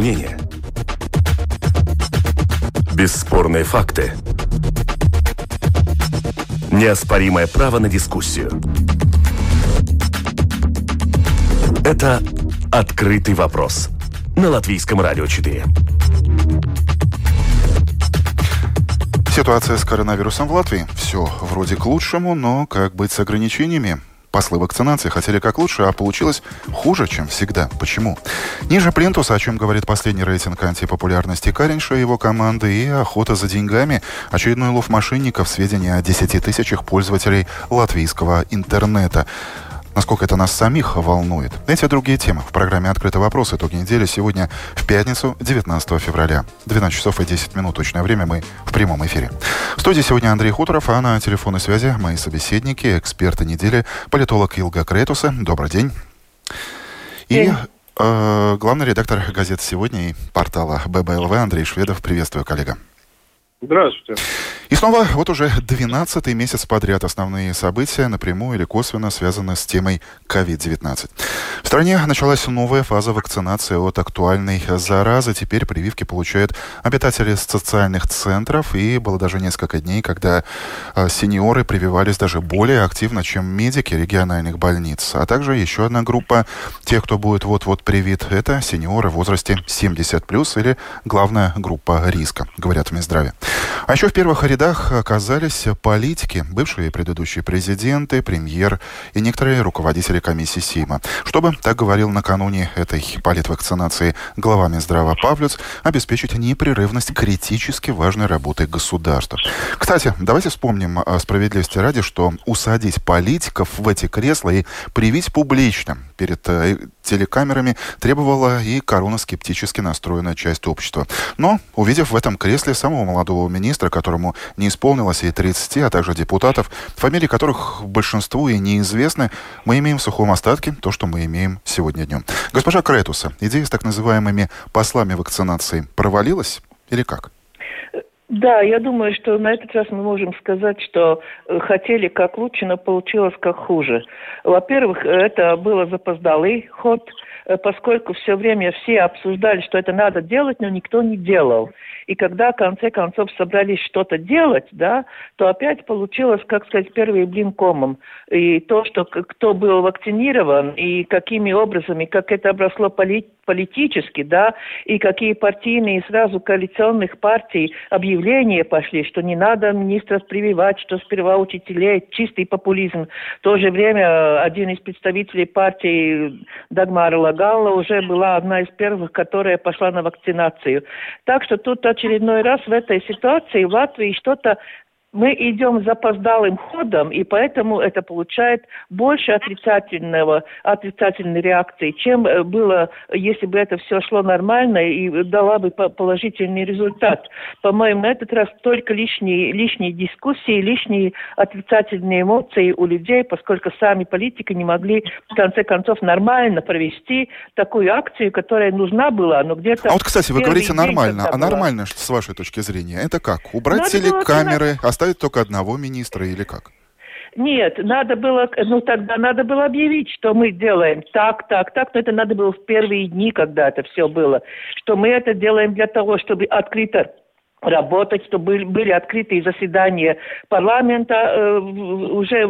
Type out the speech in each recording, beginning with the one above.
мнения. Бесспорные факты. Неоспоримое право на дискуссию. Это «Открытый вопрос» на Латвийском радио 4. Ситуация с коронавирусом в Латвии. Все вроде к лучшему, но как быть с ограничениями? Послы вакцинации хотели как лучше, а получилось хуже, чем всегда. Почему? Ниже плинтуса, о чем говорит последний рейтинг антипопулярности Каринша и его команды, и охота за деньгами, очередной лов мошенников, сведения о 10 тысячах пользователей латвийского интернета. Насколько это нас самих волнует. Эти и другие темы в программе «Открытый вопрос». Итоги недели сегодня в пятницу, 19 февраля. 12 часов и 10 минут. Точное время. Мы в прямом эфире. В студии сегодня Андрей Хуторов, а на телефонной связи мои собеседники, эксперты недели, политолог Илга Крейтусе. Добрый день. И главный редактор газеты «Сегодня» и портала ББЛВ Андрей Шведов. Приветствую, коллега. Здравствуйте. И снова вот уже 12-й месяц подряд основные события напрямую или косвенно связаны с темой COVID-19. В стране началась новая фаза вакцинации от актуальной заразы. Теперь прививки получают обитатели социальных центров. И было даже несколько дней, когда сеньоры прививались даже более активно, чем медики региональных больниц. А также еще одна группа тех, кто будет вот-вот привит, это сеньоры в возрасте 70+, или главная группа риска, говорят в Минздраве. А еще в первых рядах оказались политики, бывшие и предыдущие президенты, премьер и некоторые руководители комиссии Сейма. Чтобы, так говорил накануне этой политвакцинации глава Минздрава Павлюц, обеспечить непрерывность критически важной работы государства. Кстати, давайте вспомним справедливости ради, что усадить политиков в эти кресла и привить публично перед телекамерами требовала и коронаскептически настроенная часть общества. Но, увидев в этом кресле самого молодого министра, которому не исполнилось и 30, а также депутатов, фамилии которых большинству и неизвестны, мы имеем в сухом остатке то, что мы имеем сегодня днем. Госпожа Крейтусе, идея с так называемыми послами вакцинации провалилась или как? Да, я думаю, что на этот раз мы можем сказать, что хотели как лучше, но получилось как хуже. Во-первых, это был запоздалый ход, поскольку все время все обсуждали, что это надо делать, но никто не делал. И когда, в конце концов, собрались что-то делать, да, то опять получилось, как сказать, первый блин комом. И то, что кто был вакцинирован, и какими образами, как это обросло политически, да, и какие партийные сразу коалиционных партий объявления пошли, что не надо министров прививать, что сперва учителей, чистый популизм. В то же время один из представителей партии Дагмара Лагалла уже была одна из первых, которая пошла на вакцинацию. Так что тут очередной раз в этой ситуации в Латвии что-то мы идем запоздалым ходом, и поэтому это получает больше отрицательной реакции, чем было, если бы это все шло нормально и дала бы положительный результат. По-моему, на этот раз только лишние дискуссии, лишние отрицательные эмоции у людей, поскольку сами политики не могли, в конце концов, нормально провести такую акцию, которая нужна была, но где-то... А вот, кстати, вы говорите нормально. А нормально, с вашей точки зрения, это как? Убрать телекамеры, оставить только одного министра или как? Нет, тогда надо было объявить, что мы делаем так, но это надо было в первые дни, когда это все было, что мы это делаем для того, чтобы открыто работать, чтобы были открытые заседания парламента уже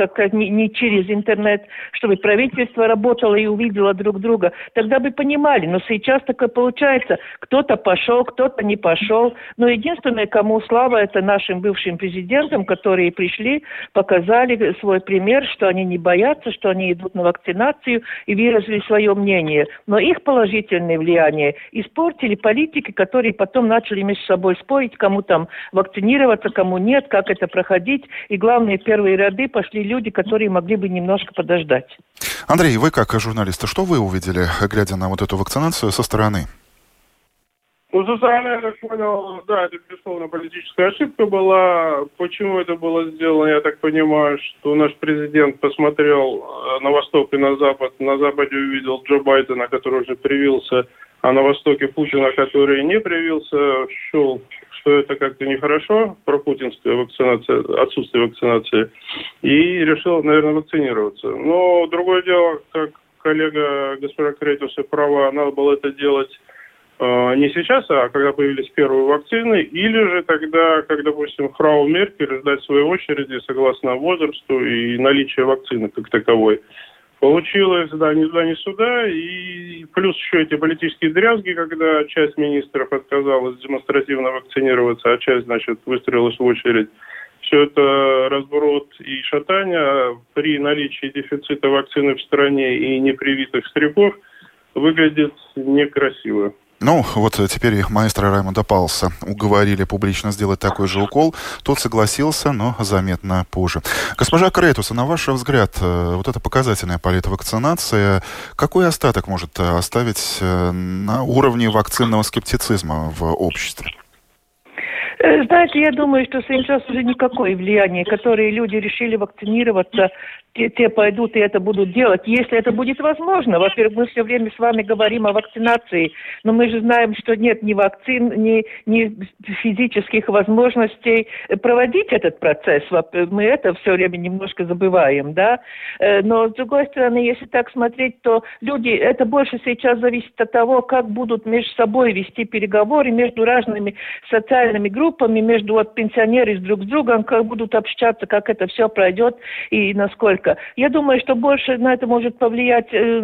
не через интернет, чтобы правительство работало и увидело друг друга. Тогда бы понимали. Но сейчас такое получается. Кто-то пошел, кто-то не пошел. Но единственное, кому слава, это нашим бывшим президентам, которые пришли, показали свой пример, что они не боятся, что они идут на вакцинацию и выразили свое мнение. Но их положительное влияние испортили политики, которые потом начали между собой спорить, кому там вакцинироваться, кому нет, как это проходить. И главное, в первые ряды пошли люди, которые могли бы немножко подождать. Андрей, вы как журналист, что вы увидели, глядя на вот эту вакцинацию со стороны? Со стороны, я так понял, да, это, безусловно, политическая ошибка была. Почему это было сделано, я так понимаю, что наш президент посмотрел на восток и на запад. На западе увидел Джо Байдена, который уже привился, а на востоке Путина, который не привился, счел, что это как-то нехорошо, пропутинская вакцинация, отсутствие вакцинации, и решил, наверное, вакцинироваться. Но другое дело, как коллега госпожа Крейтусе права, надо было это делать Не сейчас, а когда появились первые вакцины, или же тогда, как, допустим, фрау Меркель ждать своей очереди согласно возрасту и наличию вакцины как таковой. Получилось, да, ни туда, ни сюда, и плюс еще эти политические дрязги, когда часть министров отказалась демонстративно вакцинироваться, а часть, значит, выстроилась в очередь. Все это разброд и шатание при наличии дефицита вакцины в стране и непривитых стариков выглядит некрасиво. Ну, вот теперь маэстро Раймонда Паулса уговорили публично сделать такой же укол. Тот согласился, но заметно позже. Госпожа Крейтус, на ваш взгляд, вот эта показательная политвакцинация, какой остаток может оставить на уровне вакцинного скептицизма в обществе? Знаете, я думаю, что сейчас уже никакое влияние, которые люди решили вакцинироваться, те пойдут и это будут делать, если это будет возможно. Во-первых, мы все время с вами говорим о вакцинации, но мы же знаем, что нет ни вакцин, ни физических возможностей проводить этот процесс. Мы это все время немножко забываем, да. Но, с другой стороны, если так смотреть, то люди, это больше сейчас зависит от того, как будут между собой вести переговоры между разными социальными группами, между пенсионерами друг с другом, как будут общаться, как это все пройдет и насколько. Я думаю, что больше на это может повлиять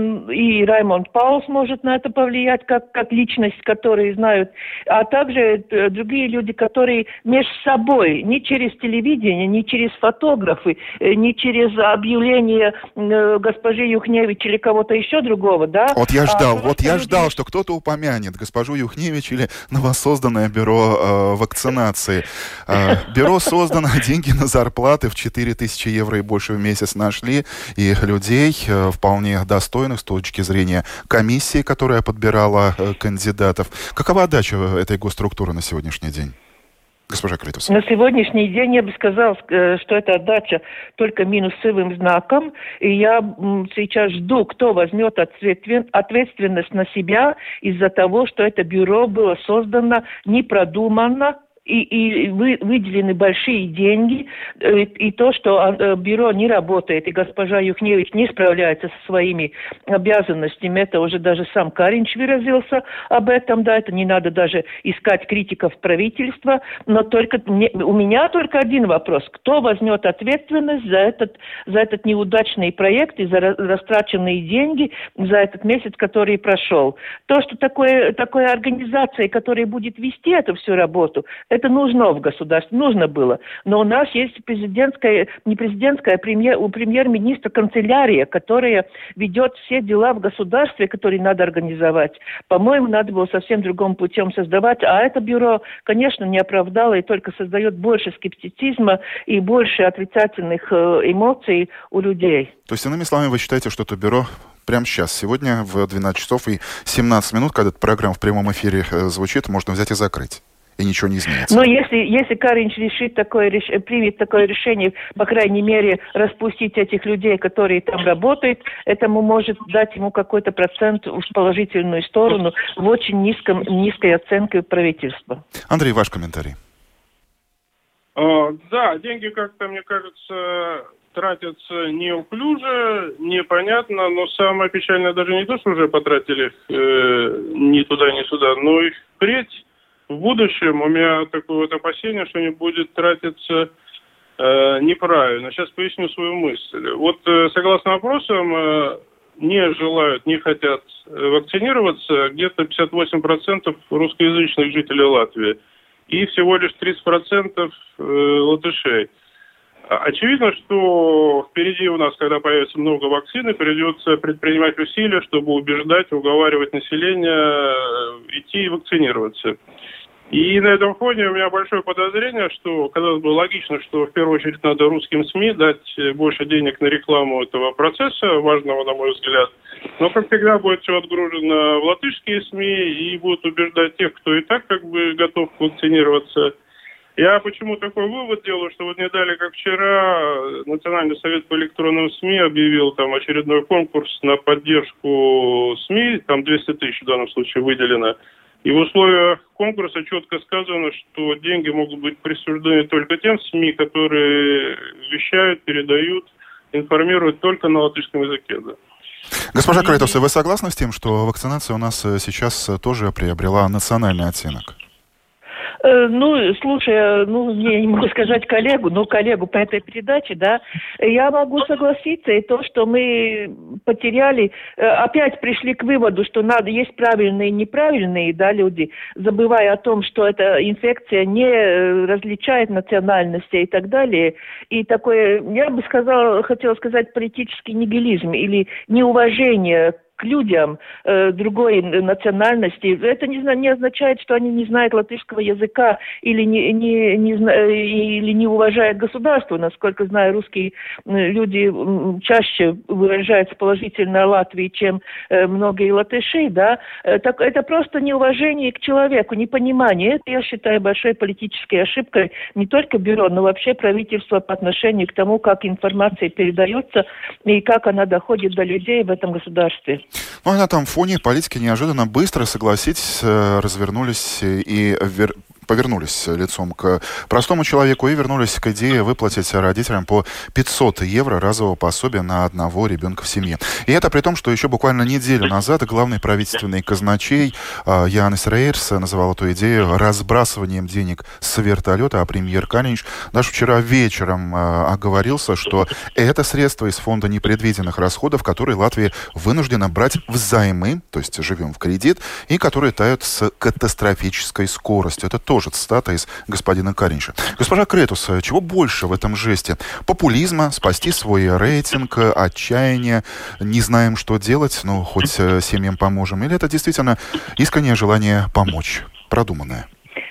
и Раймонд Паулс может на это повлиять, как личность, которые знают, а также другие люди, которые между собой, не через телевидение, не через фотографы, не через объявление госпожи Юхневич или кого-то еще другого, да? Вот я ждал, что кто-то упомянет госпожу Юхневич или новосозданное бюро вакцинации. Бюро создано, деньги на зарплаты в 4000 евро и больше в месяц нашли, и людей вполне достойных с точки зрения комиссии, которая подбирала кандидатов. Какова отдача этой госструктуры на сегодняшний день? Госпожа Крейтус. На сегодняшний день я бы сказала, что это отдача только минусовым знаком. И я сейчас жду, кто возьмет ответственность на себя из-за того, что это бюро было создано непродуманно, и выделены большие деньги, и то, что бюро не работает, и госпожа Юхневич не справляется со своими обязанностями, это уже даже сам Каринч выразился об этом, да, это не надо даже искать критиков правительства, но у меня только один вопрос: кто возьмет ответственность за этот неудачный проект и за растраченные деньги за этот месяц, который прошел? То, что такой организация, которая будет вести эту всю работу, это нужно в государстве, нужно было. Но у нас есть у премьер-министра канцелярия, которая ведет все дела в государстве, которые надо организовать. По-моему, надо было совсем другим путем создавать. А это бюро, конечно, не оправдало и только создает больше скептицизма и больше отрицательных эмоций у людей. То есть, иными словами, вы считаете, что это бюро прямо сейчас, сегодня в 12 часов и 17 минут, когда эта программа в прямом эфире звучит, можно взять и закрыть? И ничего не изменится. Но если Каринч примет такое решение, по крайней мере, распустить этих людей, которые там работают, это может дать ему какой-то процент в положительную сторону в очень низкой оценке правительства. Андрей, ваш комментарий. Да, деньги как-то, мне кажется, тратятся неуклюже, непонятно, но самое печальное даже не то, что уже потратили ни туда, ни сюда, но и впредь. В будущем у меня такое вот опасение, что не будет тратиться неправильно. Сейчас поясню свою мысль. Вот согласно опросам, не желают, не хотят вакцинироваться где-то 58% русскоязычных жителей Латвии и всего лишь 30% латышей. Очевидно, что впереди у нас, когда появится много вакцины, придется предпринимать усилия, чтобы убеждать, уговаривать население идти и вакцинироваться. И на этом фоне у меня большое подозрение, что, казалось бы, логично, что в первую очередь надо русским СМИ дать больше денег на рекламу этого процесса, важного, на мой взгляд. Но, как всегда, будет все отгружено в латышские СМИ и будут убеждать тех, кто и так как бы готов вакцинироваться. Я почему такой вывод делаю, что вот не далее, как вчера, Национальный совет по электронным СМИ объявил там очередной конкурс на поддержку СМИ, там 200 тысяч в данном случае выделено. И в условиях конкурса четко сказано, что деньги могут быть присуждены только тем СМИ, которые вещают, передают, информируют только на латышском языке. Да. Госпожа Кретус, вы согласны с тем, что вакцинация у нас сейчас тоже приобрела национальный оттенок? Слушай, я не могу сказать коллегу по этой передаче, да, я могу согласиться, и то, что мы потеряли, опять пришли к выводу, что есть правильные и неправильные, да, люди, забывая о том, что эта инфекция не различает национальности и так далее, и такое, я бы хотела сказать, политический нигилизм или неуважение к людям другой национальности. Это не означает, что они не знают латышского языка или не уважают государство. Насколько знаю, русские люди чаще выражаются положительно о Латвии, чем многие латыши. Да? Это просто неуважение к человеку, непонимание. Это, я считаю, большой политической ошибкой не только бюро, но вообще правительства по отношению к тому, как информация передается и как она доходит до людей в этом государстве. Ну, а на том фоне политики неожиданно быстро, согласитесь, развернулись и повернулись лицом к простому человеку и вернулись к идее выплатить родителям по 500 евро разового пособия на одного ребенка в семье. И это при том, что еще буквально неделю назад главный правительственный казначей Янис Рейерс называл эту идею разбрасыванием денег с вертолета, а премьер Калинич даже вчера вечером оговорился, что это средства из фонда непредвиденных расходов, которые Латвия вынуждена брать взаймы, то есть живем в кредит, и которые тают с катастрофической скоростью. Это тоже цитата из господина Каринша. Госпожа Кретус, чего больше в этом жесте? Популизма, спасти свой рейтинг, отчаяния, не знаем, что делать, но хоть семьям поможем? Или это действительно искреннее желание помочь, продуманное?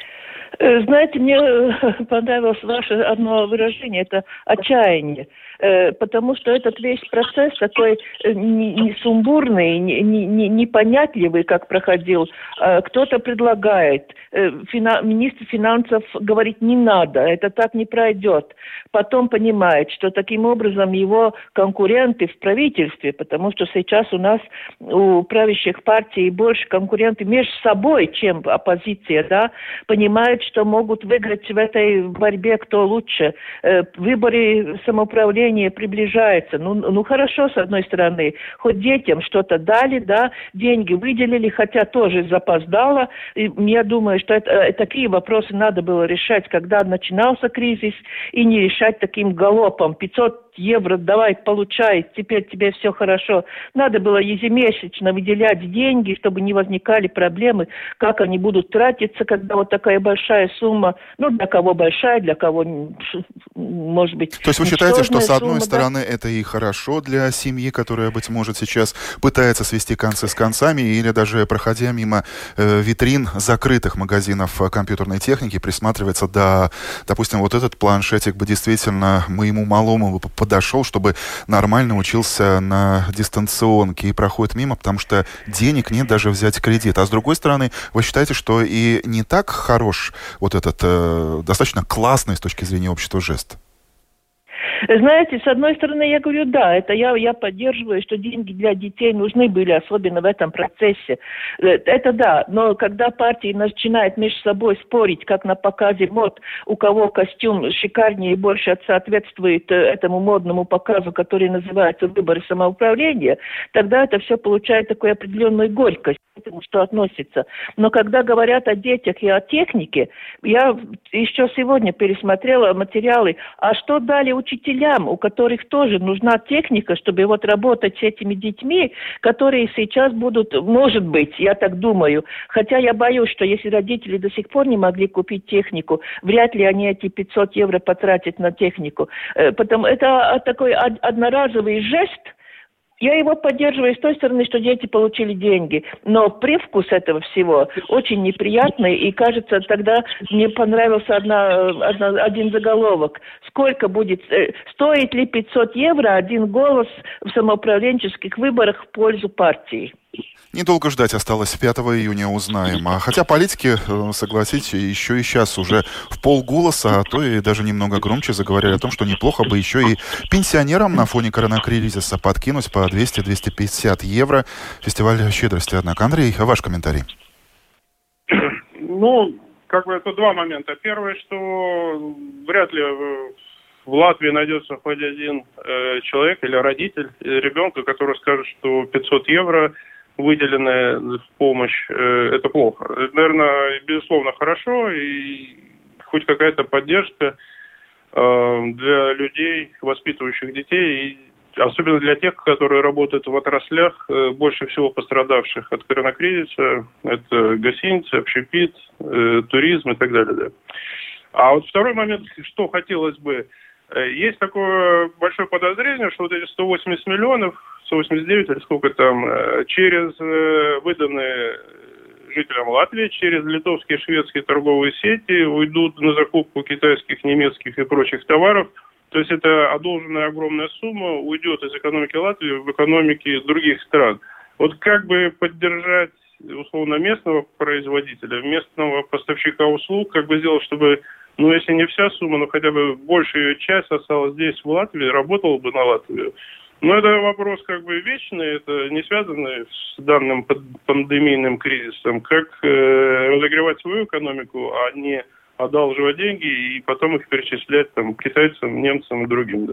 Знаете, мне понравилось ваше одно выражение, это отчаяние. Потому что этот весь процесс такой не сумбурный, непонятливый, как проходил. Кто-то предлагает, министр финансов говорит, не надо, это так не пройдет. Потом понимает, что таким образом его конкуренты в правительстве, потому что сейчас у нас у правящих партий больше конкуренты между собой, чем оппозиция, да, понимают, что могут выиграть в этой борьбе кто лучше. Выборы самоуправления приближается. Ну хорошо, с одной стороны, хоть детям что-то дали, да, деньги выделили, хотя тоже запоздало. И я думаю, что такие вопросы надо было решать, когда начинался кризис, и не решать таким галопом. 500 евро давай, получай, теперь тебе все хорошо. Надо было ежемесячно выделять деньги, чтобы не возникали проблемы, как они будут тратиться, когда вот такая большая сумма, для кого большая, для кого, может быть, то есть вы считаете, что с одной сумма, стороны это и хорошо для семьи, которая, быть может, сейчас пытается свести концы с концами, или даже проходя мимо витрин закрытых магазинов компьютерной техники, присматривается, да, допустим, вот этот планшетик бы действительно моему малому подошел, чтобы нормально учился на дистанционке, и проходит мимо, потому что денег нет даже взять кредит. А с другой стороны, вы считаете, что и не так хорош вот этот достаточно классный с точки зрения общества жест? Знаете, с одной стороны, я говорю, да, это я поддерживаю, что деньги для детей нужны были, особенно в этом процессе. Это да, но когда партии начинают между собой спорить, как на показе мод, у кого костюм шикарнее и больше соответствует этому модному показу, который называется «Выборы самоуправления», тогда это все получает такую определенную горькость, к этому, что относится. Но когда говорят о детях и о технике, я еще сегодня пересмотрела материалы, а что дали учителям, у которых тоже нужна техника, чтобы вот работать с этими детьми, которые сейчас будут, может быть, я так думаю, хотя я боюсь, что если родители до сих пор не могли купить технику, вряд ли они эти 500 евро потратят на технику. Потому это такой одноразовый жест. Я его поддерживаю с той стороны, что дети получили деньги. Но привкус этого всего очень неприятный. И, кажется, тогда мне понравился один заголовок. Сколько будет, стоит ли 500 евро один голос в самоуправленческих выборах в пользу партии? Недолго ждать осталось, 5 июня узнаем. Хотя политики, согласитесь, еще и сейчас уже в полголоса, а то и даже немного громче заговорили о том, что неплохо бы еще и пенсионерам на фоне коронакризиса подкинуть по 200-250 евро. Фестиваль щедрости, однако. Андрей, ваш комментарий. Это два момента. Первое, что вряд ли в Латвии найдется хоть один человек или родитель ребенка, который скажет, что 500 евро выделенные в помощь, это плохо. Это, наверное, безусловно, хорошо, и хоть какая-то поддержка для людей, воспитывающих детей, и особенно для тех, которые работают в отраслях, больше всего пострадавших от коронакризиса. Это гостиницы, общепит, туризм и так далее. Да. А вот второй момент, что хотелось бы. Есть такое большое подозрение, что вот эти 180 миллионов, 189 или сколько там, через выданные жителям Латвии, через литовские и шведские торговые сети уйдут на закупку китайских, немецких и прочих товаров. То есть это одолженная огромная сумма уйдет из экономики Латвии в экономики других стран. Вот как бы поддержать, условно, местного производителя, местного поставщика услуг, как бы сделать, чтобы, ну, если не вся сумма, но хотя бы большая ее часть осталась здесь, в Латвии, работала бы на Латвию. Но это вопрос как бы вечный, это не связано с данным пандемийным кризисом. Как разогревать свою экономику, а не одалживать деньги и потом их перечислять там китайцам, немцам и другим. Да.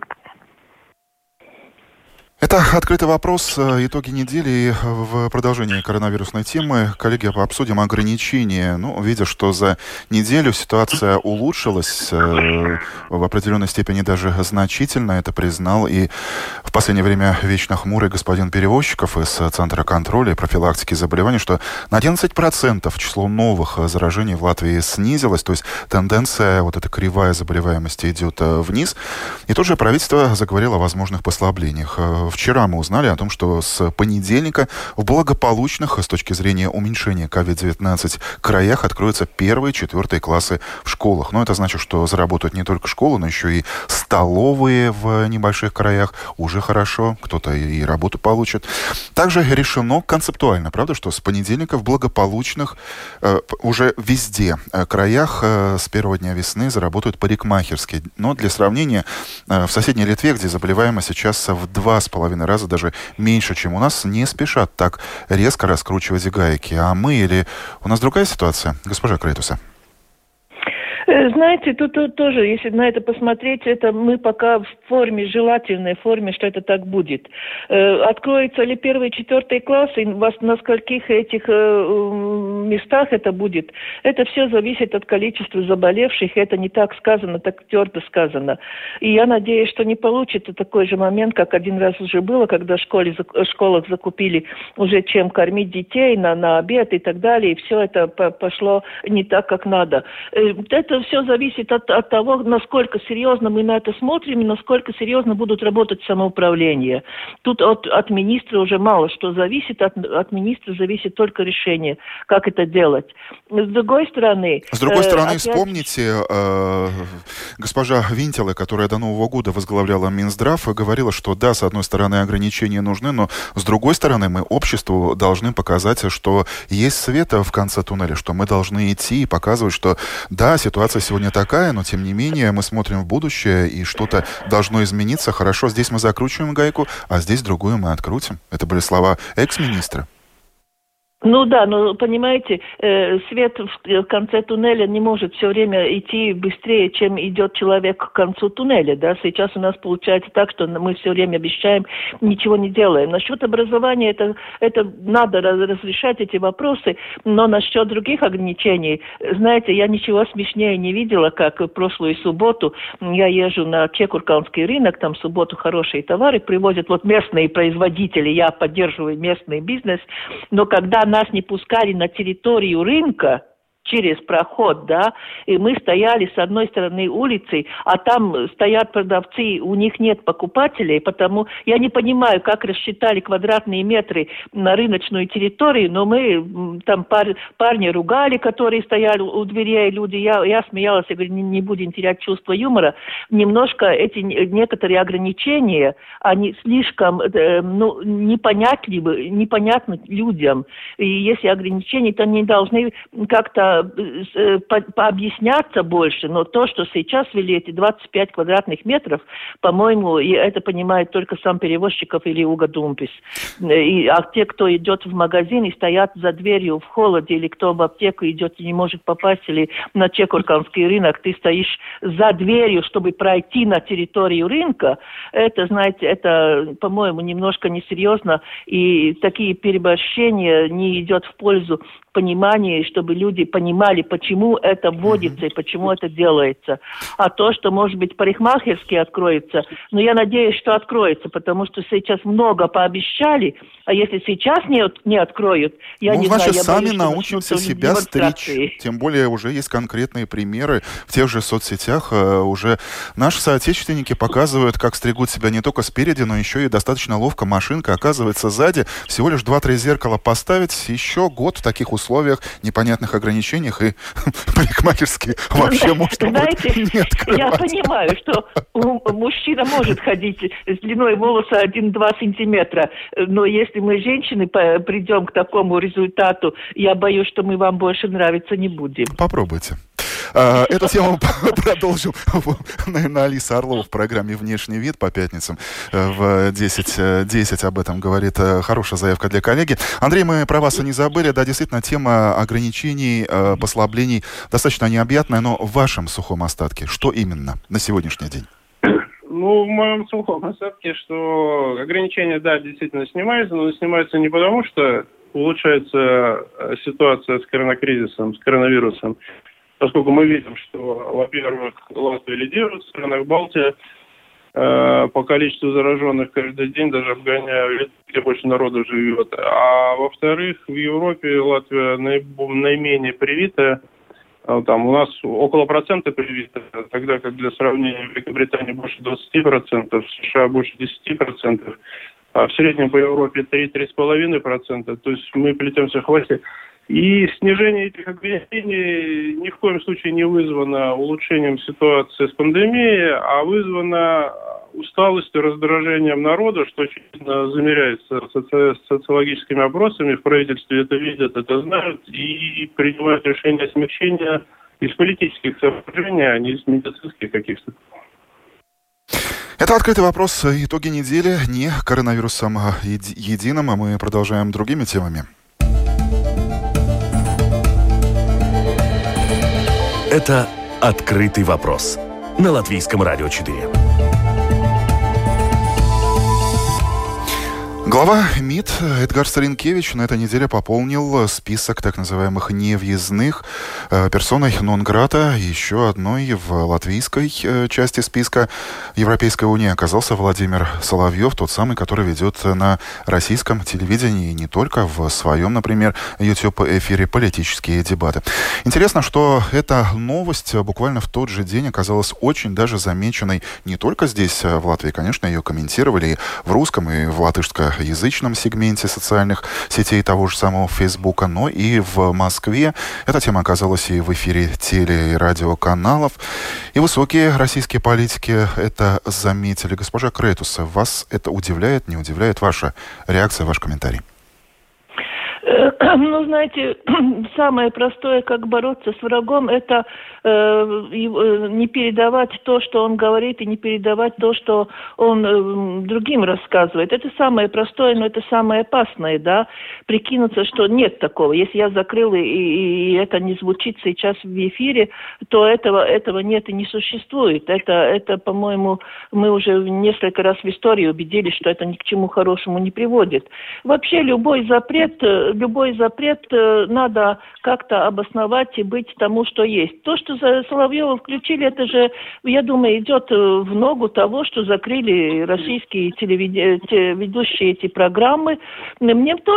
Это «Открытый вопрос». Итоги недели. И в продолжении коронавирусной темы, коллеги, обсудим ограничения. Видя, что за неделю ситуация улучшилась, в определенной степени даже значительно, это признал и в последнее время вечно хмурый господин Перевозчиков из Центра контроля и профилактики заболеваний, что на 11% число новых заражений в Латвии снизилось, то есть тенденция, вот эта кривая заболеваемости идет вниз. И тут же правительство заговорило о возможных послаблениях. Вчера мы узнали о том, что с понедельника в благополучных, с точки зрения уменьшения COVID-19, краях откроются 1-4 классы в школах. Но это значит, что заработают не только школы, но еще и столовые в небольших краях. Уже хорошо, кто-то и работу получит. Также решено концептуально, правда, что с понедельника в благополучных уже везде краях с первого дня весны заработают парикмахерские. Но для сравнения, в соседней Литве, где заболеваемость сейчас в 2,5 раза даже меньше, чем у нас, не спешат так резко раскручивать гайки. А мы или у нас другая ситуация? Госпожа Крейтуса. Знаете, тут тоже, если на это посмотреть, это мы пока в форме, желательной форме, что это так будет. Откроется ли 1-4 классы, на скольких этих местах это будет, это все зависит от количества заболевших, это не так сказано, так твердо сказано. И я надеюсь, что не получится такой же момент, как один раз уже было, когда в школах закупили уже чем кормить детей на обед и так далее, и все это пошло не так, как надо. Это все зависит от того, насколько серьезно мы на это смотрим и насколько серьезно будут работать самоуправления. Тут от министра уже мало что зависит, от министра зависит только решение, как это делать. С другой стороны, вспомните, госпожа Винтела, которая до Нового года возглавляла Минздрав, говорила, что да, с одной стороны ограничения нужны, но с другой стороны мы обществу должны показать, что есть свет в конце туннеля, что мы должны идти и показывать, что да, ситуация сегодня такая, но тем не менее мы смотрим в будущее, и что-то должно измениться. Хорошо, здесь мы закручиваем гайку, а здесь другую мы открутим. Это были слова экс-министра. Ну да, но понимаете, свет в конце туннеля не может все время идти быстрее, чем идет человек к концу туннеля, да. Сейчас у нас получается так, что мы все время обещаем, ничего не делаем. Насчет образования это надо разрешать эти вопросы, но насчет других ограничений, знаете, я ничего смешнее не видела, как в прошлую субботу я езжу на Чекурканский рынок, там в субботу хорошие товары привозят, вот местные производители, я поддерживаю местный бизнес, но когда нас не пускали на территорию рынка через проход, да, и мы стояли с одной стороны улицы, а там стоят продавцы, у них нет покупателей, потому я не понимаю, как рассчитали квадратные метры на рыночную территорию, но мы там парни ругали, которые стояли у дверей, люди, я смеялась, я говорю, не будем терять чувство юмора, немножко эти некоторые ограничения, они слишком, непонятны людям, и если ограничения, то они должны как-то пообъясняться больше, но то, что сейчас ввели эти 25 квадратных метров, по-моему, и это понимает только сам перевозчиков или Угодумпис. А те, кто идет в магазин и стоят за дверью в холоде, или кто в аптеку идет и не может попасть, или на Чекурканский рынок, ты стоишь за дверью, чтобы пройти на территорию рынка, это, знаете, это, по-моему, немножко несерьезно, и такие переборщения не идет в пользу понимания, чтобы люди понимали, почему это вводится и почему это делается. А то, что, может быть, парикмахерский откроется, но я надеюсь, что откроется, потому что сейчас много пообещали, а если сейчас не откроют, я не знаю, я сами боюсь, научимся себя стричь. Тем более уже есть конкретные примеры в тех же соцсетях. Уже наши соотечественники показывают, как стригут себя не только спереди, но еще и достаточно ловко машинка оказывается сзади. Всего лишь 2-3 зеркала поставить, еще год в таких условиях, непонятных ограничениях, и парикмахерский вообще может не открывать. Я понимаю, что мужчина может ходить с длиной волоса 1-2 сантиметра, но если мы, женщины, придем к такому результату, я боюсь, что мы вам больше нравиться не будем. Попробуйте. Эту тему продолжим, наверное, Алиса Орлова в программе «Внешний вид» по пятницам в 10:10 об этом говорит. Хорошая заявка для коллеги. Андрей, мы про вас и не забыли. Да, действительно, тема ограничений, послаблений достаточно необъятная, но в вашем сухом остатке что именно на сегодняшний день? Ну, в моем сухом остатке, что ограничения, да, действительно снимаются, но снимаются не потому, что улучшается ситуация с коронакризисом, с коронавирусом, поскольку мы видим, что, во-первых, Латвия лидирует в странах Балтии по количеству зараженных каждый день, даже обгоняя, где больше народу живет. А во-вторых, в Европе Латвия наименее привитая. Там у нас около процента привито, тогда как для сравнения в Великобритании больше 20%, в США больше 10%, а в среднем по Европе 3-3,5%. То есть мы плетемся в хвосте. И снижение этих ограничений ни в коем случае не вызвано улучшением ситуации с пандемией, а вызвано усталостью, раздражением народа, что очевидно замеряется социологическими опросами. В правительстве это видят, это знают и принимают решения смягчения из политических соображений, а не из медицинских каких-то. Это «Открытый вопрос». Итоги недели не коронавирусом единым, а мы продолжаем другими темами. Это «Открытый вопрос» на Латвийском радио 4. Глава МИД Эдгар Старинкевич на этой неделе пополнил список так называемых невъездных персоной нон-грата. Еще одной в латвийской части списка Европейской унии оказался Владимир Соловьев, тот самый, который ведет на российском телевидении и не только в своем, например, YouTube-эфире политические дебаты. Интересно, что эта новость буквально в тот же день оказалась очень даже замеченной не только здесь, в Латвии. Конечно, ее комментировали и в русском, и в латышском язычном сегменте социальных сетей того же самого Фейсбука, но и в Москве. Эта тема оказалась и в эфире теле- и радиоканалов. И высокие российские политики это заметили. Госпожа Крейтус, вас это удивляет, не удивляет? Ваша реакция, ваш комментарий? Ну, знаете, самое простое, как бороться с врагом, это не передавать то, что он говорит, и не передавать то, что он другим рассказывает. Это самое простое, но это самое опасное, да, прикинуться, что нет такого. Если я закрыл, и это не звучит сейчас в эфире, то этого нет и не существует. Это, по-моему, мы уже несколько раз в истории убедились, что это ни к чему хорошему не приводит. Вообще любой запрет надо как-то обосновать и быть тому, что есть. То, что за Соловьева включили, это же, я думаю, идет в ногу того, что закрыли российские ведущие эти программы. Мне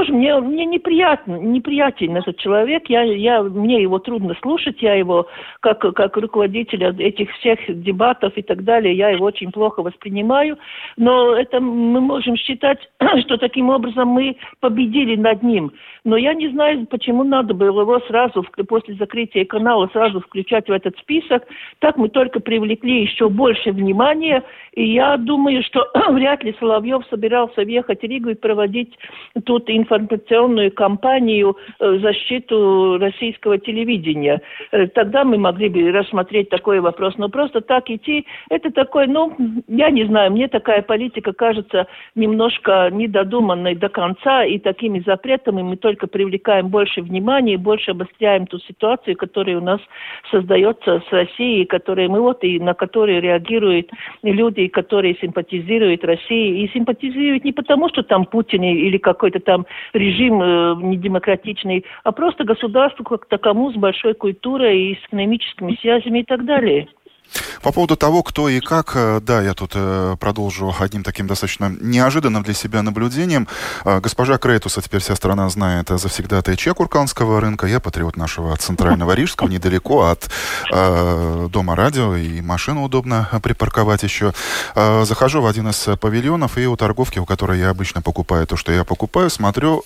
неприятен этот человек. Мне его трудно слушать. Я его, как руководителя этих всех дебатов и так далее, я его очень плохо воспринимаю. Но это мы можем считать, что таким образом мы победили над ним. Но я не знаю, почему надо было его сразу, после закрытия канала, сразу включать в этот список. Так мы только привлекли еще больше внимания. И я думаю, что вряд ли Соловьев собирался въехать в Ригу и проводить тут информационную кампанию в защиту российского телевидения. Тогда мы могли бы рассмотреть такой вопрос. Но просто так идти, это такой, я не знаю, мне такая политика кажется немножко недодуманной до конца, и такими запретами мы только привлекаем больше внимания, больше обостряем ту ситуацию, которая у нас создается с Россией, и на которые реагируют люди, которые симпатизируют России. И симпатизируют не потому, что там Путин или какой-то там режим недемократичный, а просто государство как таковому с большой культурой и с экономическими связями и так далее. По поводу того, кто и как, да, я тут продолжу одним таким достаточно неожиданным для себя наблюдением. Госпожа Крейтус, а теперь вся страна знает, завсегдатая Чекурканского рынка. Я патриот нашего центрального Рижского, недалеко от дома радио, и машину удобно припарковать еще. Захожу в один из павильонов, и у торговки, у которой я обычно покупаю то, что я покупаю, смотрю...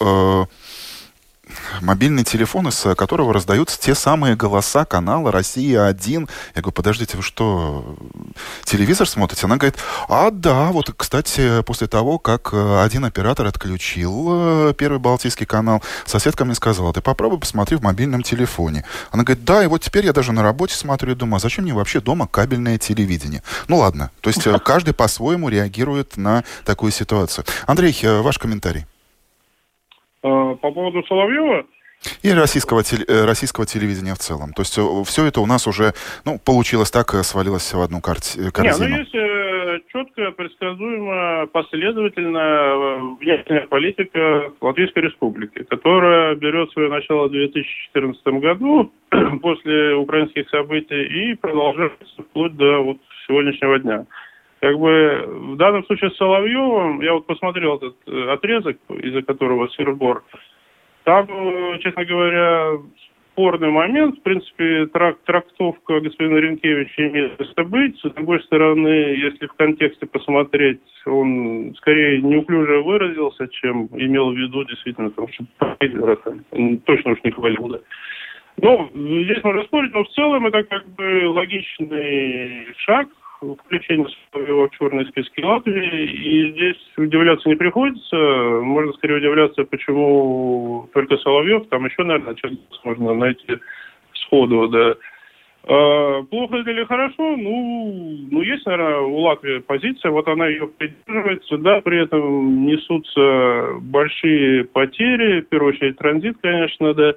мобильный телефон, из которого раздаются те самые голоса канала «Россия-1». Я говорю, подождите, вы что, телевизор смотрите? Она говорит, да, вот, кстати, после того, как один оператор отключил Первый Балтийский канал, соседка мне сказала, ты попробуй посмотри в мобильном телефоне. Она говорит, да, и вот теперь я даже на работе смотрю и думаю, а зачем мне вообще дома кабельное телевидение? Ну ладно, то есть каждый по-своему реагирует на такую ситуацию. Андрей, ваш комментарий. По поводу Соловьева? И российского телевидения в целом. То есть все это у нас уже, получилось так, свалилось в одну корзину. Есть четкая, предсказуемая, последовательная, влиятельная политика Латвийской Республики, которая берет свое начало в 2014 году, после украинских событий, и продолжается вплоть до сегодняшнего дня. В данном случае с Соловьевым, я посмотрел этот отрезок, из-за которого сыр-бор, там, честно говоря, спорный момент, в принципе, трактовка господина Ренкевича имеет место быть. С другой стороны, если в контексте посмотреть, он скорее неуклюже выразился, чем имел в виду действительно, что точно уж не хвалил, да. Здесь можно спорить, но в целом это логичный шаг, включение Соловьева в черные списки Латвии, и здесь удивляться не приходится. Можно скорее удивляться, почему только Соловьев, там еще, наверное, что-то можно найти сходу, да. Плохо или хорошо? Есть, наверное, у Латвии позиция, она ее придерживается, да, при этом несутся большие потери, в первую очередь транзит, конечно, да.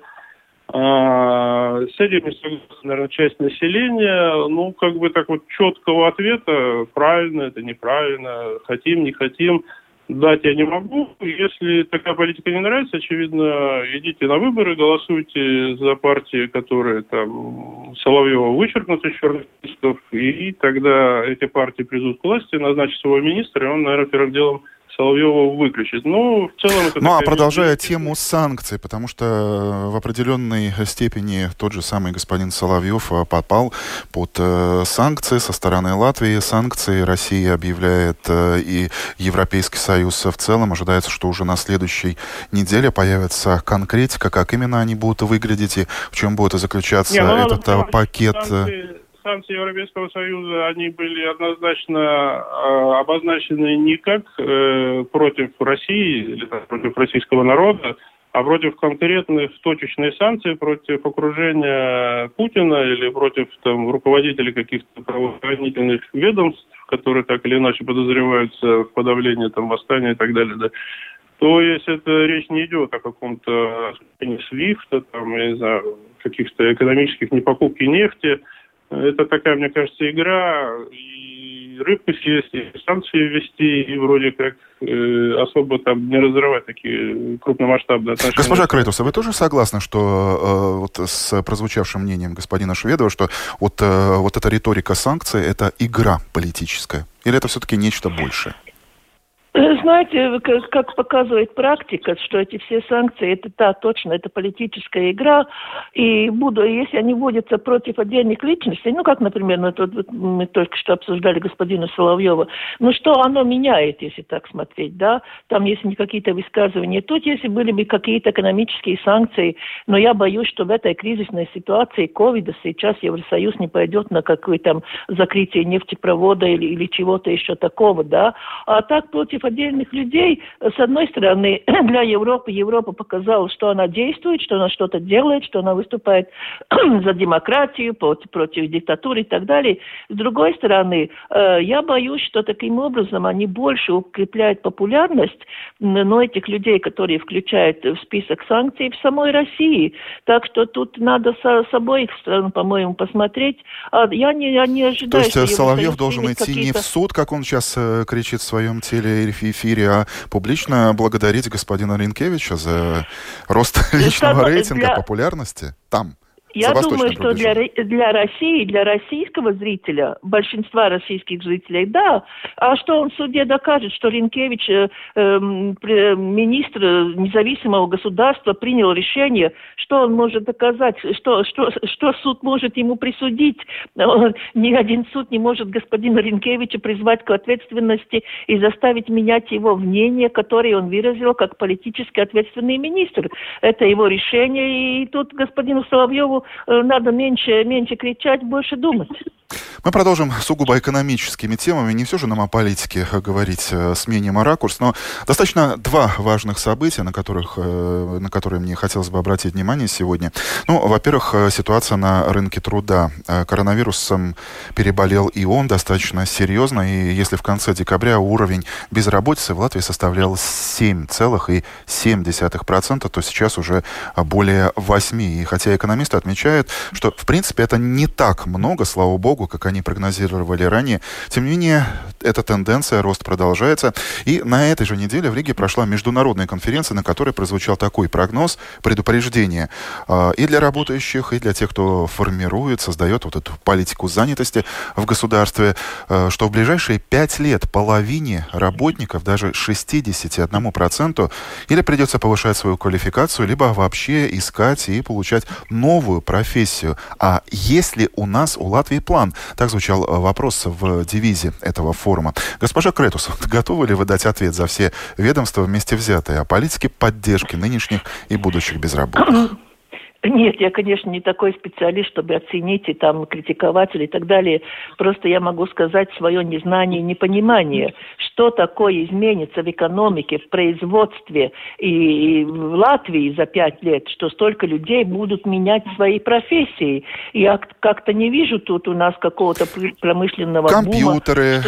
С этим не согласна, наверное, часть населения. Четкого ответа, правильно это, неправильно, хотим, не хотим, дать я не могу. Если такая политика не нравится, очевидно, идите на выборы, голосуйте за партии, которые Соловьева вычеркнут из черных списков, и тогда эти партии придут к власти, назначат своего министра, и он, наверное, первым делом Соловьева выключить. В целом это... продолжая тему санкций, потому что в определенной степени тот же самый господин Соловьев попал под санкции со стороны Латвии. Санкции Россия объявляет, и Европейский Союз в целом. Ожидается, что уже на следующей неделе появится конкретика, как именно они будут выглядеть и в чем будет заключаться этот пакет... Санкции Европейского Союза, они были однозначно обозначены не как против России или против российского народа, а против конкретных точечных санкций, против окружения Путина или против руководителей каких-то правоохранительных ведомств, которые так или иначе подозреваются в подавлении восстания и так далее, да. То есть это речь не идет о каком-то свифта, я не знаю, каких-то экономических непокупки нефти. Это такая, мне кажется, игра, и рыбку съесть, и санкции ввести, и вроде как особо не разрывать такие крупномасштабные отношения. Госпожа Крейтус, а вы тоже согласны, что с прозвучавшим мнением господина Шведова, что эта риторика санкций – это игра политическая? Или это все-таки нечто большее? Знаете, как показывает практика, что эти все санкции, точно, это политическая игра, и если они вводятся против отдельных личностей, как, например, мы только что обсуждали господина Соловьева, что оно меняет, если так смотреть, да? Там есть какие-то высказывания. Тут, если были бы какие-то экономические санкции, но я боюсь, что в этой кризисной ситуации ковида сейчас Евросоюз не пойдет на какое-то закрытие нефтепровода или чего-то еще такого, да? А так против отдельных людей, с одной стороны, для Европы, Европа показала, что она действует, что она что-то делает, что она выступает за демократию, против диктатуры и так далее. С другой стороны, я боюсь, что таким образом они больше укрепляют популярность, этих людей, которые включают в список санкций в самой России. Так что тут надо с обоих сторон, по-моему, посмотреть. Я не ожидаю, то есть что Соловьев должен идти не в суд, как он сейчас кричит в своем телеэфире, а публично благодарить господина Ринкевича за рост личного рейтинга, популярности там. Я думаю, что для России, для российского зрителя, большинства российских зрителей, да. А что он в суде докажет, что Ринкевич, министр независимого государства, принял решение, что он может доказать, что суд может ему присудить. Ни один суд не может господина Ринкевича призвать к ответственности и заставить менять его мнение, которое он выразил как политически ответственный министр. Это его решение, и тут господину Соловьеву надо меньше кричать, больше думать. Мы продолжим сугубо экономическими темами. Не все же нам о политике говорить, сменим ракурс, но достаточно два важных события, на которые мне хотелось бы обратить внимание сегодня. Во-первых, ситуация на рынке труда. Коронавирусом переболел и он достаточно серьезно, и если в конце декабря уровень безработицы в Латвии составлял 7,7%, то сейчас уже более 8%. И хотя экономисты отмечают, что в принципе это не так много, слава богу, как они прогнозировали ранее. Тем не менее, эта тенденция, рост продолжается. И на этой же неделе в Риге прошла международная конференция, на которой прозвучал такой прогноз, предупреждение и для работающих, и для тех, кто формирует, создает эту политику занятости в государстве, что в ближайшие 5 лет половине работников, даже 61%, или придется повышать свою квалификацию, либо вообще искать и получать новую профессию. А есть ли у Латвии план? Так звучал вопрос в девизе этого форума. Госпожа Кретус, готовы ли вы дать ответ за все ведомства вместе взятые о политике поддержки нынешних и будущих безработных? Нет, я, конечно, не такой специалист, чтобы оценить и критиковать и так далее. Просто я могу сказать свое незнание и непонимание, что такое изменится в экономике, в производстве и в Латвии за 5 лет, что столько людей будут менять свои профессии. Я как-то не вижу тут у нас какого-то промышленного компьютеры,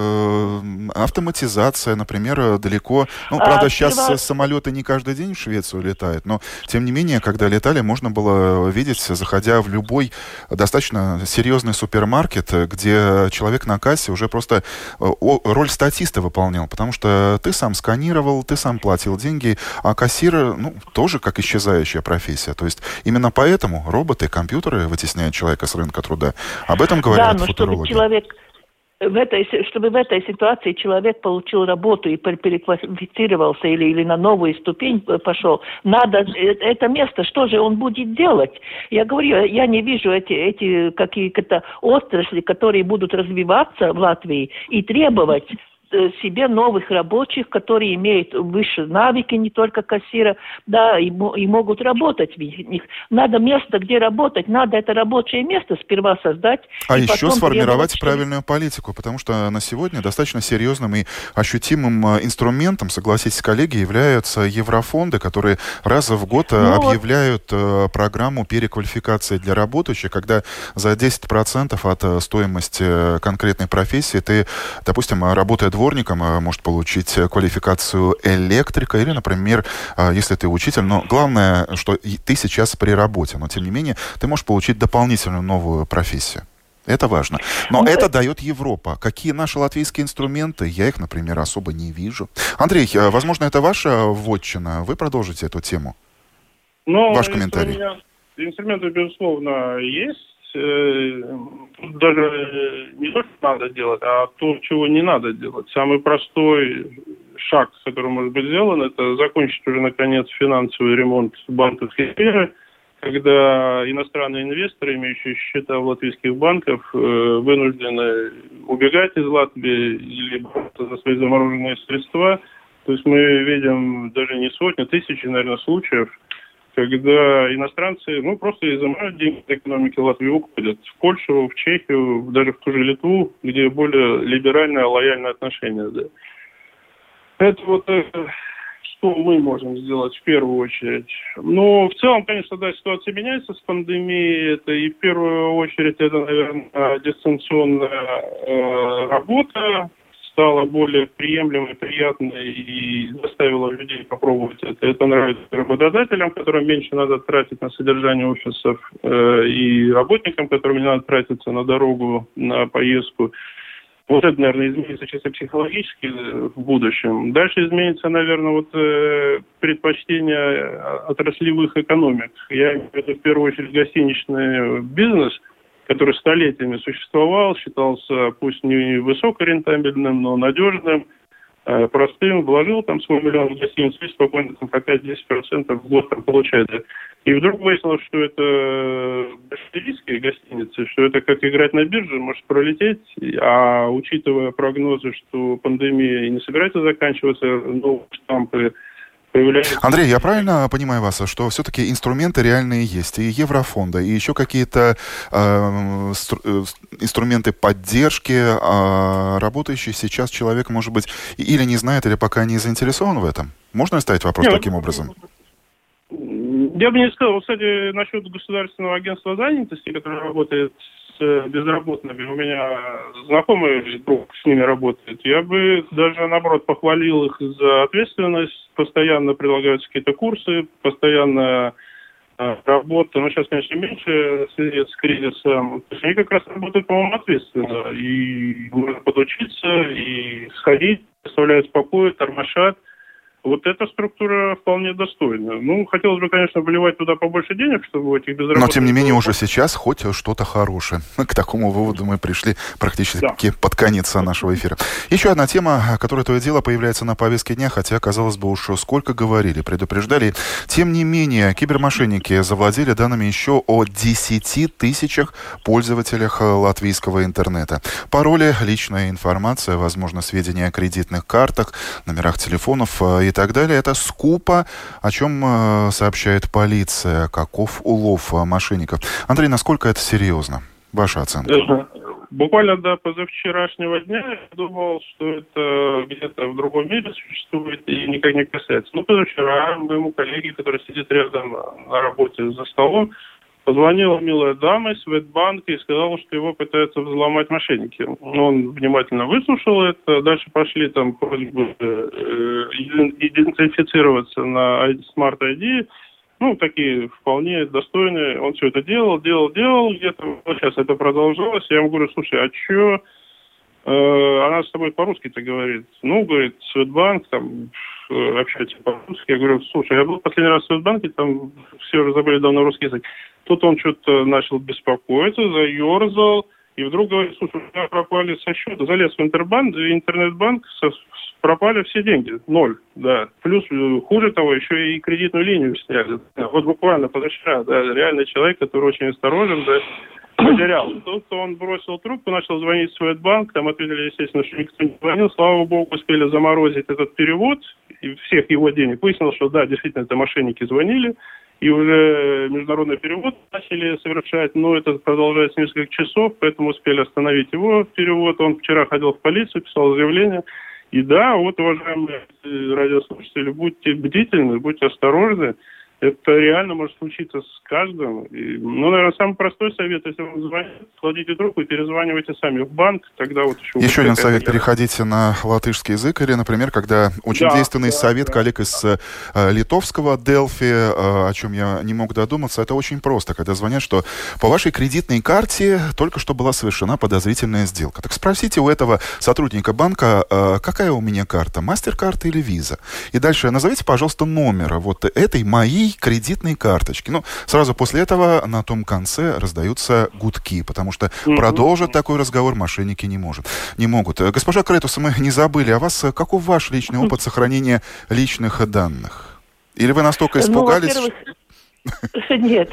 автоматизация, например, далеко. Правда, сейчас самолеты не каждый день в Швецию летают, но, тем не менее, когда летали, можно было видеть, заходя в любой достаточно серьезный супермаркет, где человек на кассе уже просто роль статиста выполнял, потому что ты сам сканировал, ты сам платил деньги, а кассир, тоже как исчезающая профессия. То есть именно поэтому роботы, компьютеры вытесняют человека с рынка труда. Об этом говорят футурологи. Чтобы в этой ситуации человек получил работу и переквалифицировался или на новую ступень пошел, надо это место, что же он будет делать? Я говорю, я не вижу эти какие-то отрасли, которые будут развиваться в Латвии и требовать себе новых рабочих, которые имеют выше навыки, не только кассира, да, и могут работать в них. Надо место, где работать, надо это рабочее место сперва создать. А еще сформировать правильную политику, потому что на сегодня достаточно серьезным и ощутимым инструментом, согласитесь, коллеги, являются еврофонды, которые раз в год объявляют программу переквалификации для работающих, когда за 10% от стоимости конкретной профессии ты, допустим, работая дворником, может получить квалификацию электрика или, например, если ты учитель, но главное, что ты сейчас при работе, но тем не менее ты можешь получить дополнительную новую профессию. Это важно. Но это дает Европа. Какие наши латвийские инструменты? Я их, например, особо не вижу. Андрей, возможно, это ваша вотчина. Вы продолжите эту тему? Ваш комментарий. Инструменты, безусловно, есть. Даже не то, что надо делать, а то, чего не надо делать. Самый простой шаг, который может быть сделан, это закончить уже, наконец, финансовый ремонт банковской сферы, когда иностранные инвесторы, имеющие счета в латвийских банках, вынуждены убегать из Латвии или бороться за свои замороженные средства. То есть мы видим даже не сотни, тысячи, наверное, случаев, когда иностранцы, просто изымают деньги из экономики Латвии, уходят в Польшу, в Чехию, даже в ту же Литву, где более либеральное, лояльное отношение. Да. Это что мы можем сделать в первую очередь. В целом, конечно, да, ситуация меняется с пандемией. Это и в первую очередь, это, наверное, дистанционная работа стала более приемлемой, приятной и заставила людей попробовать это. Это нравится работодателям, которым меньше надо тратить на содержание офисов, и работникам, которым не надо тратиться на дорогу, на поездку. Вот это, наверное, изменится чисто психологически в будущем. Дальше изменится, наверное, предпочтение отраслевых экономик. Я имею в виду в первую очередь гостиничный бизнес, который столетиями существовал, считался пусть не высокорентабельным, но надежным, простым, вложил там свой миллион в гостиницу и спокойно там, по 5-10% в год там, получает. И вдруг выяснилось, что это большие гостиницы, что это как играть на бирже, может пролететь, а учитывая прогнозы, что пандемия не собирается заканчиваться, новые штампы появляются. Андрей, я правильно понимаю вас, что все-таки инструменты реальные есть, и Еврофонда, и еще какие-то инструменты поддержки, работающий сейчас человек, может быть, или не знает, или пока не заинтересован в этом? Можно ставить вопрос таким образом? Я бы не сказал. Кстати, насчет государственного агентства занятости, которое работает с безработными, у меня знакомый друг с ними работает, я бы даже, наоборот, похвалил их за ответственность. Постоянно предлагаются какие-то курсы, постоянно работа, сейчас, конечно, меньше в связи с кризисом. То есть они как раз работают, по-моему, ответственно. И можно подучиться, и сходить, оставляют в покое, тормошат. Вот эта структура вполне достойна. Хотелось бы, конечно, вливать туда побольше денег, чтобы у этих безработных... Но, тем не менее, уже сейчас хоть что-то хорошее. К такому выводу мы пришли практически под конец нашего эфира. Еще одна тема, которая то и дело появляется на повестке дня, хотя, казалось бы, уж сколько говорили, предупреждали. Тем не менее, кибермошенники завладели данными еще о 10 тысячах пользователях латвийского интернета. Пароли, личная информация, возможно, сведения о кредитных картах, номерах телефонов и так далее. Это скупо, о чем сообщает полиция, каков улов мошенников. Андрей, насколько это серьезно? Ваша оценка? Буквально до позавчерашнего дня я думал, что это где-то в другом мире существует и никак не касается. Позавчера моему коллеге, который сидит рядом на работе за столом, позвонила милая дама из Светбанка и сказала, что его пытаются взломать мошенники. Он внимательно выслушал это. Дальше пошли там просьбы идентифицироваться на Smart ID. Такие вполне достойные. Он все это делал. Где-то сейчас это продолжалось. Я ему говорю, слушай, а что? Она с тобой по-русски-то говорит. Говорит, Светбанк, там общается по-русски. Я говорю, слушай, я был последний раз в Светбанке, там все уже забыли давно русский язык. Тут он что-то начал беспокоиться, заерзал, и вдруг говорит, слушай, у меня пропали со счета. Залез в интернет-банк, пропали все деньги, 0, да. Плюс, хуже того, еще и кредитную линию сняли. Вот буквально позавчера, да, реальный человек, который очень осторожен, да, потерял. Тут он бросил трубку, начал звонить в Светбанк, там ответили, естественно, что никто не звонил. Слава богу, успели заморозить этот перевод и всех его денег. Выяснилось, что да, действительно, это мошенники звонили. И уже международный перевод начали совершать, но это продолжается несколько часов, поэтому успели остановить его перевод. Он вчера ходил в полицию, писал заявление. И да, уважаемые радиослушатели, будьте бдительны, будьте осторожны. Это реально может случиться с каждым. Наверное, самый простой совет, если вам звонят, кладите трубку и перезванивайте сами в банк, тогда еще один совет, переходите на латышский язык, или, например, когда очень действенный совет коллег из литовского Delphi, о чем я не мог додуматься, это очень просто, когда звонят, что по вашей кредитной карте только что была совершена подозрительная сделка. Так спросите у этого сотрудника банка, какая у меня карта, MasterCard или Visa? И дальше назовите, пожалуйста, номер вот этой моей моей кредитной карточки. Ну, сразу после этого на том конце раздаются гудки, потому что продолжить такой разговор мошенники не могут. Госпожа Крейтус, мы не забыли о вас. Каков ваш личный опыт сохранения личных данных? Или вы настолько испугались? Нет.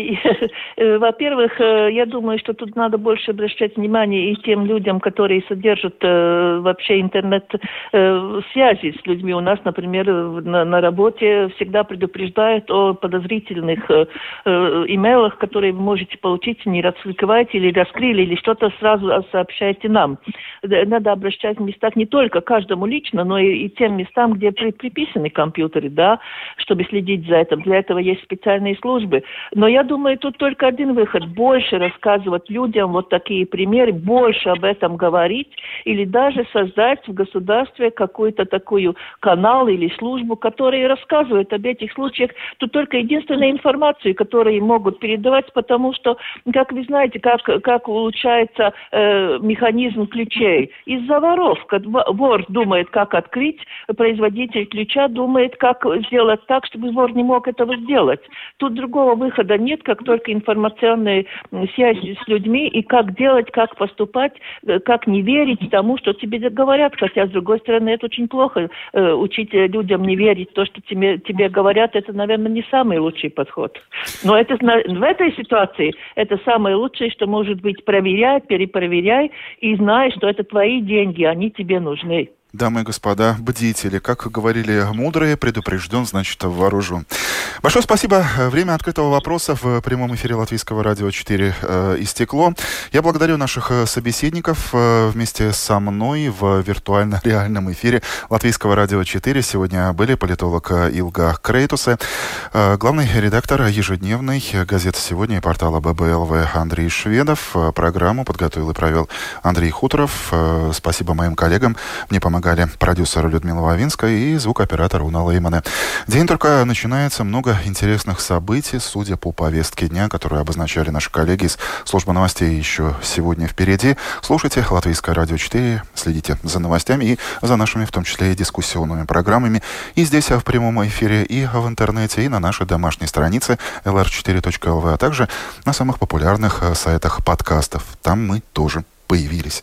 Во-первых, я думаю, что тут надо больше обращать внимание и тем людям, которые содержат вообще интернет-связи с людьми. У нас, например, на работе всегда предупреждают о подозрительных имейлах, которые вы можете получить, не раскрывайте или раскрыли, или что-то сразу сообщайте нам. Надо обращать в местах не только каждому лично, но и тем местам, где приписаны компьютеры, да, чтобы следить за этим. Для этого есть специальные службы. Но я думаю, тут только один выход. Больше рассказывать людям вот такие примеры, больше об этом говорить, или даже создать в государстве какой-то такой канал или службу, которые рассказывают об этих случаях. Тут только единственная информация, которую могут передавать, потому что, как вы знаете, как улучшается механизм ключей. Из-за воров. Вор думает, как открыть, производитель ключа думает, как сделать так, чтобы вор не мог этого сделать. Тут другого выхода нет, как только информационные связи с людьми, и как делать, как поступать, как не верить тому, что тебе говорят. Хотя, с другой стороны, это очень плохо. Учить людям не верить то, что тебе говорят, это, наверное, не самый лучший подход. Но в этой ситуации это самое лучшее, что может быть. Проверяй, перепроверяй и знай, что это твои деньги, они тебе нужны. Дамы и господа, бдители. Как говорили мудрые, предупрежден, значит вооружен. Большое спасибо. Время открытого вопроса в прямом эфире Латвийского радио 4 истекло. Я благодарю наших собеседников. Вместе со мной в виртуально-реальном эфире Латвийского радио 4 сегодня были политолог Илга Крейтусе, главный редактор ежедневной газеты «Сегодня» и портала ББЛВ Андрей Шведов. Программу подготовил и провел Андрей Хуторов. Спасибо моим коллегам. Мне помогали продюсер Людмила Вавинская и звукооператор Уна Леймана. День только начинается, много интересных событий, судя по повестке дня, которые обозначали наши коллеги из службы новостей еще сегодня впереди. Слушайте Латвийское радио 4, следите за новостями и за нашими, в том числе и дискуссионными программами. И здесь в прямом эфире, и в интернете, и на нашей домашней странице lr4.lv, а также на самых популярных сайтах подкастов. Там мы тоже появились.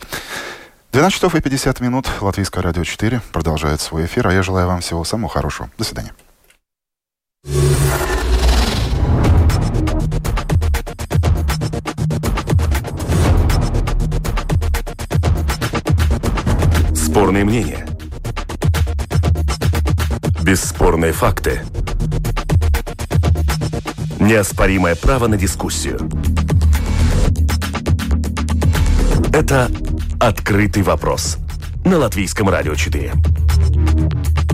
12 часов и 50 минут. Латвийское радио 4 продолжает свой эфир. А я желаю вам всего самого хорошего. До свидания. Спорные мнения. Бесспорные факты. Неоспоримое право на дискуссию. Это «Открытый вопрос» на Латвийском радио 4.